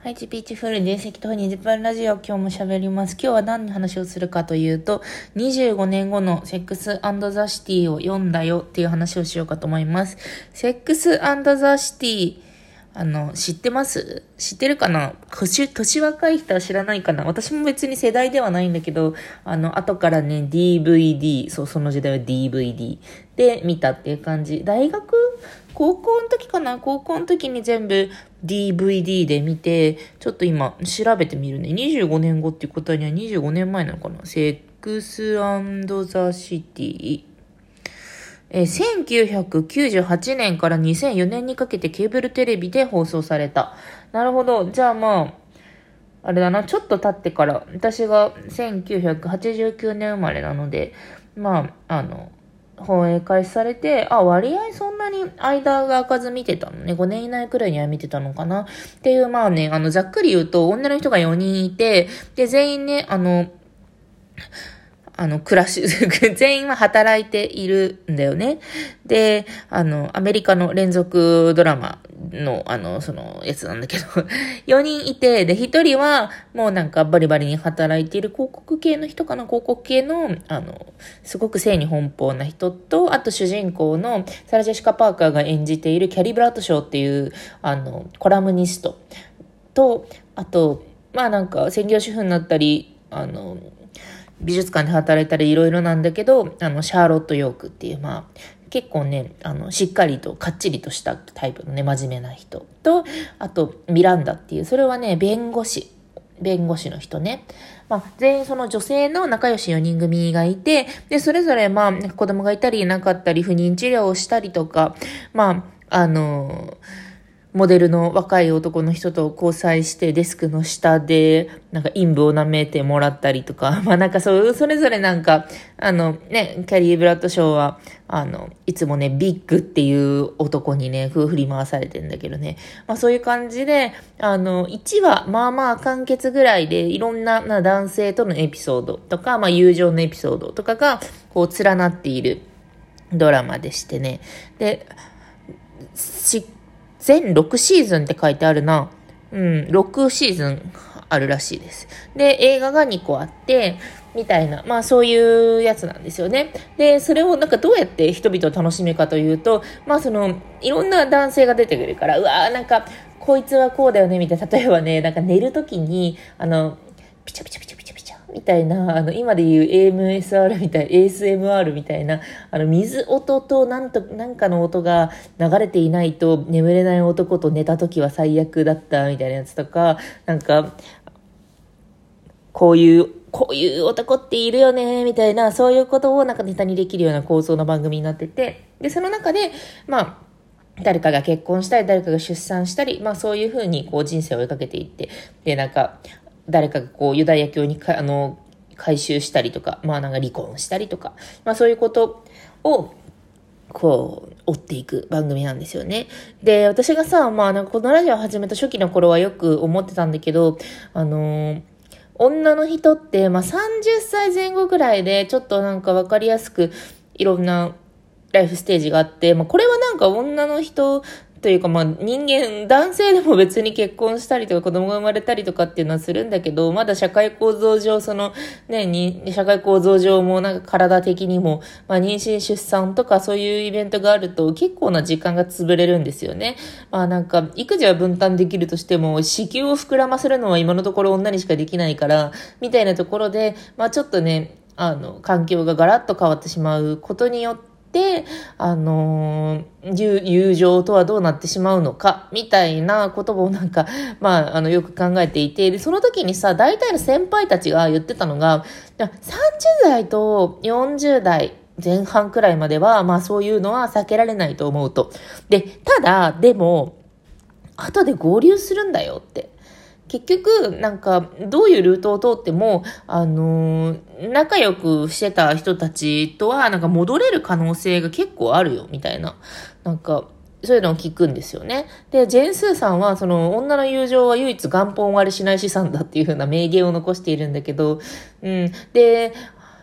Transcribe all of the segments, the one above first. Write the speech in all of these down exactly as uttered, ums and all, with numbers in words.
はい、ジピーチフルで赤とにじゅっぷんラジオ、今日も喋ります。今日は何の話をするかというと、にじゅうごねんごのセックス&ザ・シティを読んだよっていう話をしようかと思います。セックス&ザ・シティ、あの、知ってます知ってるかな年、年若い人は知らないかな。私も別に世代ではないんだけど、あの、後からね、ディーブイディー、そう、その時代は ディーブイディー で見たっていう感じ。大学高校の時かな高校の時に全部 ディーブイディー で見て、ちょっと今調べてみるね。にじゅうごねんごっていうことにはにじゅうごねんまえなのかな。セックス&ザ・シティ。えー、せんきゅうひゃくきゅうじゅうはちねんからにせんよねんにかけてケーブルテレビで放送された。なるほど。じゃあまあ、あれだな、ちょっと経ってから、私がせんきゅうひゃくはちじゅうきゅうねん生まれなので、まあ、あの、放映開始されて、あ、割合そんなに間が空かず見てたのね。ごねん以内くらいには見てたのかな。っていう、まあね、あの、ざっくり言うと、女の人がよにんいて、で、全員ね、あの、あの、暮らし、全員は働いているんだよね。で、あの、アメリカの連続ドラマの、あの、そのやつなんだけど、よにんいて、で、ひとりは、もうなんかバリバリに働いている広告系の人かな、広告系の、あの、すごく性に奔放な人と、あと主人公のサラ・ジェシカ・パーカーが演じているキャリー・ブラッドショーっていう、あの、コラムニストと、あと、まあなんか専業主婦になったり、あの、美術館で働いたりいろいろなんだけど、あの、シャーロット・ヨークっていう、まあ、結構ね、あの、しっかりと、かっちりとしたタイプのね、真面目な人と、あと、ミランダっていう、それはね、弁護士、弁護士の人ね。まあ、全員その女性の仲良しよにん組がいて、で、それぞれ、まあ、子供がいたりいなかったり、不妊治療をしたりとか、まあ、あのモデルの若い男の人と交際してデスクの下でなんか陰部を舐めてもらったりとか、まあなんかそう、それぞれなんか、あのね、キャリー・ブラッドショーは、あの、いつもね、ビッグっていう男にね、振り回されてんだけどね。まあそういう感じで、あの、いちわ、まあまあ完結ぐらいでいろんな、な男性とのエピソードとか、まあ友情のエピソードとかが、こう連なっているドラマでしてね。で、し全ろくシーズンって書いてあるな。うん、ろくシーズンあるらしいです。で、映画がにこあって、みたいな、まあそういうやつなんですよね。で、それをなんかどうやって人々を楽しむかというと、まあその、いろんな男性が出てくるから、うわーなんか、こいつはこうだよね、みたいな。例えばね、なんか寝るときに、あの、ピチャピチャピチャピチャピチャみたいな、あの、今で言う エーエムエスアール みたいな、エーエスエムアール みたいな、あの、水音となんと、なんかの音が流れていないと眠れない男と寝た時は最悪だったみたいなやつとか、なんか、こういう、こういう男っているよね、みたいな、そういうことをなんかネタにできるような構造の番組になってて、で、その中で、まあ、誰かが結婚したり、誰かが出産したり、まあそういうふうにこう人生を追いかけていって、で、なんか、誰かがこうユダヤ教にかあの改宗したりとか、まあなんか離婚したりとか、まあそういうことをこう追っていく番組なんですよね。で、私がさ、まあなんかこのラジオを始めた初期の頃はよく思ってたんだけど、あのー、女の人って、まあさんじゅっさいぜん後ぐらいでちょっとなんかわかりやすくいろんなライフステージがあって、まあこれはなんか女の人というかまあ人間、男性でも別に結婚したりとか子供が生まれたりとかっていうのはするんだけど、まだ社会構造上、そのね、に、社会構造上もなんか体的にも、まあ妊娠出産とかそういうイベントがあると結構な時間が潰れるんですよね。まあなんか育児は分担できるとしても、子宮を膨らませるのは今のところ女にしかできないから、みたいなところで、まあちょっとね、あの、環境がガラッと変わってしまうことによって、で、あのー、友情とはどうなってしまうのか、みたいなことをなんか、まあ、あの、よく考えていて、で、その時にさ、大体の先輩たちが言ってたのが、さんじゅう代とよんじゅう代前半くらいまでは、まあそういうのは避けられないと思うと。で、ただ、でも、後で合流するんだよって。結局、なんか、どういうルートを通っても、あのー、仲良くしてた人たちとは、なんか戻れる可能性が結構あるよ、みたいな。なんか、そういうのを聞くんですよね。で、ジェーン・スーさんは、その、女の友情は唯一元本割れしない資産だっていう風な名言を残しているんだけど、うん。で、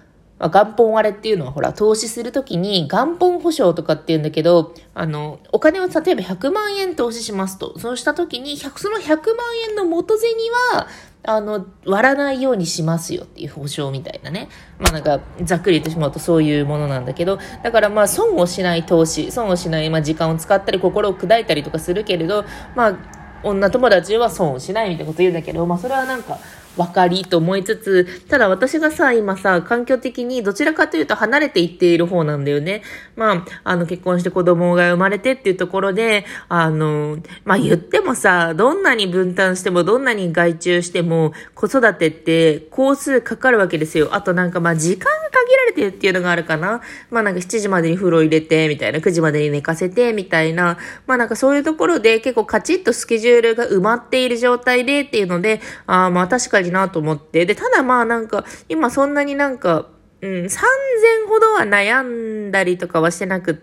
まあ、元本割れっていうのはほら、投資するときに元本保証とかって言うんだけど、あの、お金を例えばひゃくまんえん投資しますと。そうしたときに、そのひゃくまんえんの元銭は、あの、割らないようにしますよっていう保証みたいなね。まあなんか、ざっくり言ってしまうとそういうものなんだけど、だからまあ損をしない投資、損をしない、まあ時間を使ったり心を砕いたりとかするけれど、まあ、女友達は損をしないみたいなこと言うんだけど、まあそれはなんか、分かりと思いつつ、ただ私がさ、今さ、環境的にどちらかというと離れていっている方なんだよね。まあ、あの結婚して子供が生まれてっていうところで、あの、まあ言ってもさ、どんなに分担しても、どんなに外注しても、子育てって工数かかるわけですよ。あとなんかまあ時間が限られてるっていうのがあるかな。まあなんかしちじまでに風呂入れて、みたいな、くじまでに寝かせて、みたいな。まあなんかそういうところで結構カチッとスケジュールが埋まっている状態でっていうので、あまあ確かになと思って。で、ただまあなんか、今そんなになんか、うん、さんぜんほどは悩んだりとかはしてなくって、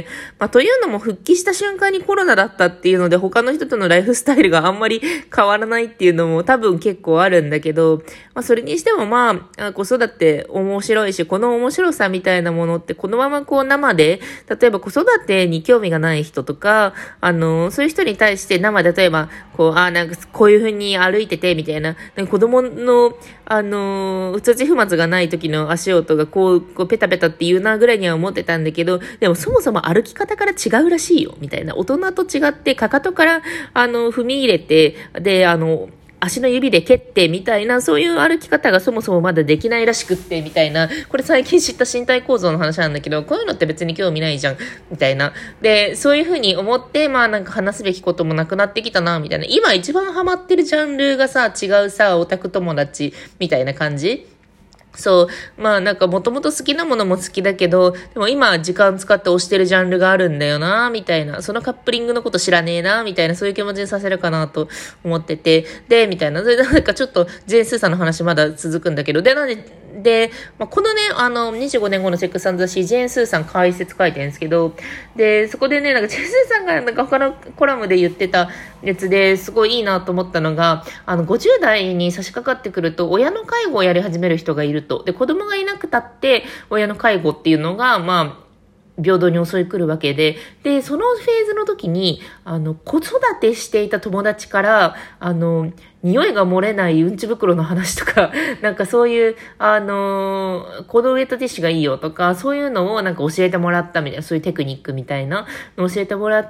まあというのも復帰した瞬間にコロナだったっていうので他の人とのライフスタイルがあんまり変わらないっていうのも多分結構あるんだけど、まあそれにしてもまあ子育て面白いし、この面白さみたいなものってこのままこう生で、例えば子育てに興味がない人とか、あの、そういう人に対して生で例えば、こう、あなんかこういう風に歩いててみたいな、なんか子供の、あの、うつじ不末がない時の足音がこう、こうペタペタって言うなぐらいには思ってたんだけど、でもそもそも歩き方から違うらしいよ、みたいな。大人と違って、かかとから、あの、踏み入れて、で、あの、足の指で蹴ってみたいな、そういう歩き方がそもそもまだできないらしくってみたいな、これ最近知った身体構造の話なんだけど、こういうのって別に興味ないじゃんみたいな。で、そういう風に思って、まあなんか話すべきこともなくなってきたなみたいな。今一番ハマってるジャンルがさ、違うさ、オタク友達みたいな感じ。そう。まあなんかもともと好きなものも好きだけど、でも今時間使って推してるジャンルがあるんだよな、みたいな。そのカップリングのこと知らねえな、みたいな、そういう気持ちにさせるかなと思ってて。で、みたいな。それでなんかちょっとジェーン・スーさんの話まだ続くんだけど、で、なんで、で、まあ、このね、あの、にじゅうごねんごのセックス&ザ・シー、ジェーン・スーさん解説書いてるんですけど、で、そこでね、なんかジェーン・スーさんがなんか他のコラムで言ってたやつですごいいいなと思ったのが、あの、ごじゅう代に差し掛かってくると、親の介護をやり始める人がいると。で、子供がいなくたって、親の介護っていうのが、まあ、平等に襲い来るわけで、で、そのフェーズの時に、あの、子育てしていた友達から、あの、匂いが漏れないうんち袋の話とか、なんかそういう、あのー、このウェットティッシュがいいよとか、そういうのをなんか教えてもらったみたいな、そういうテクニックみたいなのを教えてもらって、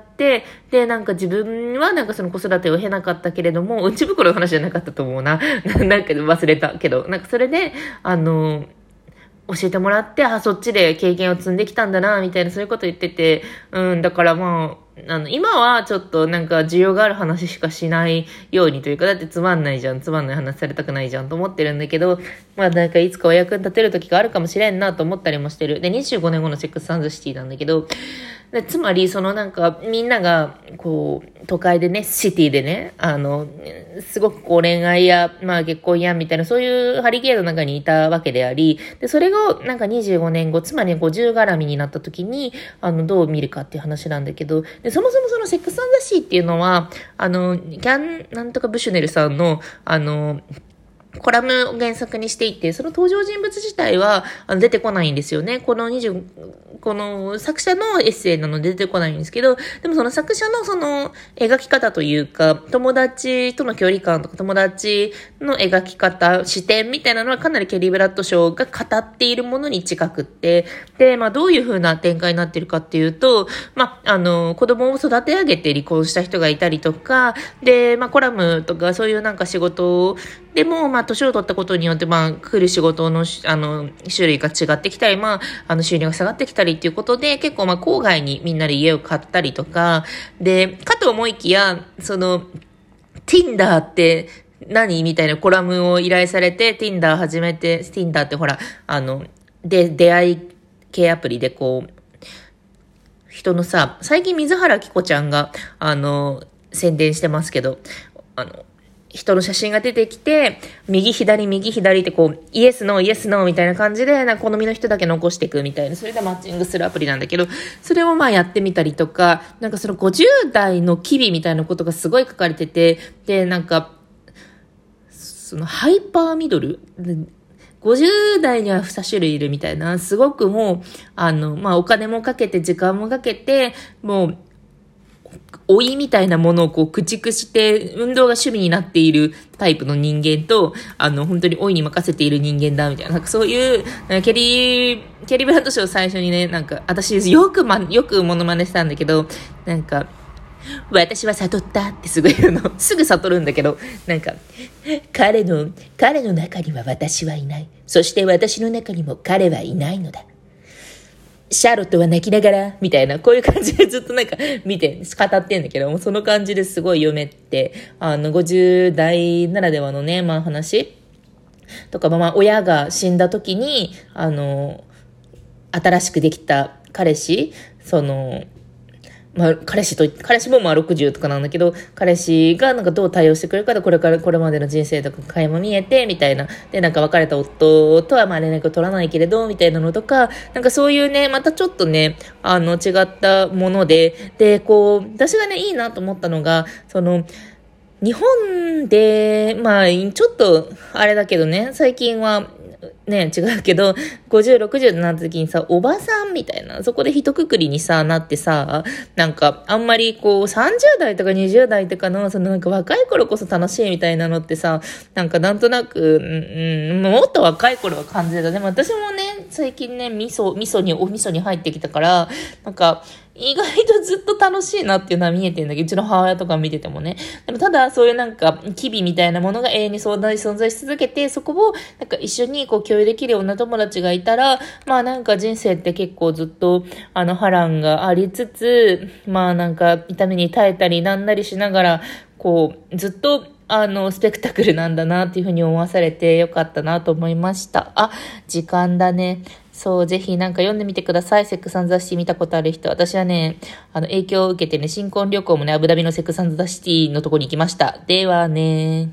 で、なんか自分はなんかその子育てを経なかったけれども、うんち袋の話じゃなかったと思うな。なんか忘れたけど、なんかそれで、あのー、教えてもらって、あ、そっちで経験を積んできたんだな、みたいな、そういうこと言ってて、うん、だからまあ、あの、今はちょっとなんか需要がある話しかしないようにというか、だってつまんないじゃん、つまんない話されたくないじゃんと思ってるんだけど、まあなんかいつかお役に立てる時があるかもしれんなと思ったりもしてる。で、にじゅうごねんごのセックス&ザ・シティなんだけど、でつまり、そのなんか、みんなが、こう、都会でね、シティでね、あの、すごくこう恋愛や、まあ結婚や、みたいな、そういうハリケーンの中にいたわけであり、で、それがなんかにじゅうごねんご、つまりごじゅう絡みになった時に、あの、どう見るかっていう話なんだけど、で、そもそもそのセックス&ザ・シーっていうのは、あの、キャン、なんとかブシュネルさんの、あの、コラムを原作にしていて、その登場人物自体は出てこないんですよね。このにじゅう、この作者のエッセイなので出てこないんですけど、でもその作者のその描き方というか、友達との距離感とか友達の描き方、視点みたいなのはかなりケリー・ブラッドショーが語っているものに近くって、で、まあどういう風な展開になっているかっていうと、まああの、子供を育て上げて離婚した人がいたりとか、で、まあコラムとかそういうなんか仕事を、でも、まあ、年を取ったことによって、まあ、来る仕事の、あの、種類が違ってきたり、まあ、あの、収入が下がってきたりっていうことで、結構、まあ、郊外にみんなで家を買ったりとか、で、かと思いきや、その、Tinder って何みたいなコラムを依頼されて、Tinder 始めて、Tinder ってほら、あの、で、出会い系アプリでこう、人のさ、最近水原希子ちゃんが、あの、宣伝してますけど、あの、人の写真が出てきて、右左右左ってこう、イエスノーイエスノーみたいな感じで、なんか好みの人だけ残していくみたいな、それでマッチングするアプリなんだけど、それをまあやってみたりとか、なんかそのごじゅう代の機微みたいなことがすごい書かれてて、で、なんか、そのハイパーミドルごじゅう代にはに種類いるみたいな、すごくもう、あの、まあ、お金もかけて、時間もかけて、もう、老いみたいなものをこう駆逐して、運動が趣味になっているタイプの人間と、あの、本当に老いに任せている人間だ、みたいな。なんかそういう、ケリー、ケリーブランドショー最初にね、なんか、私よくま、よくモノマネしたんだけど、なんか、私は悟ったってすぐ言うの。すぐ悟るんだけど、なんか、彼の、彼の中には私はいない。そして私の中にも彼はいないのだ。シャーロットは泣きながら、みたいな、こういう感じでずっとなんか見て、語ってんだけども、その感じですごい読めて、あの、ごじゅう代ならではのね、まあ話とか、まあ親が死んだ時に、あの、新しくできた彼氏、その、まあ、彼氏と、彼氏もまあろくじゅうとかなんだけど、彼氏がなんかどう対応してくれるかで、これから、これまでの人生とか垣間見えて、みたいな。で、なんか別れた夫とはまあ連絡を取らないけれど、みたいなのとか、なんかそういうね、またちょっとね、あの、違ったもので、で、こう、私がね、いいなと思ったのが、その、日本で、まあ、ちょっと、あれだけどね、最近は、ね、違うけど、ごじゅう、ろくじゅうになった時にさ、おばさんみたいな、そこで一括りにさ、なってさ、なんか、あんまりこう、さんじゅう代とかにじゅう代とかの、そのなんか若い頃こそ楽しいみたいなのってさ、なんかなんとなく、うん、うん、もっと若い頃は感じてた。でも私もね、最近ね、味噌、味噌に、お味噌に入ってきたから、なんか、意外とずっと楽しいなっていうのは見えてるんだけど、うちの母親とか見ててもね。でもただ、そういうなんか、機微みたいなものが永遠に存在存在し続けて、そこをなんか一緒にこう共有できる女友達がいたら、まあなんか人生って結構ずっと、あの波乱がありつつ、まあなんか痛みに耐えたりなんだりしながら、こう、ずっと、あの、スペクタクルなんだなっていうふうに思わされてよかったなと思いました。あ、時間だね。そう、ぜひなんか読んでみてください。セックス&ザ・シティ見たことある人。私はね、あの、影響を受けてね、新婚旅行もね、アブダビのセックス&ザ・シティのとこに行きました。ではね。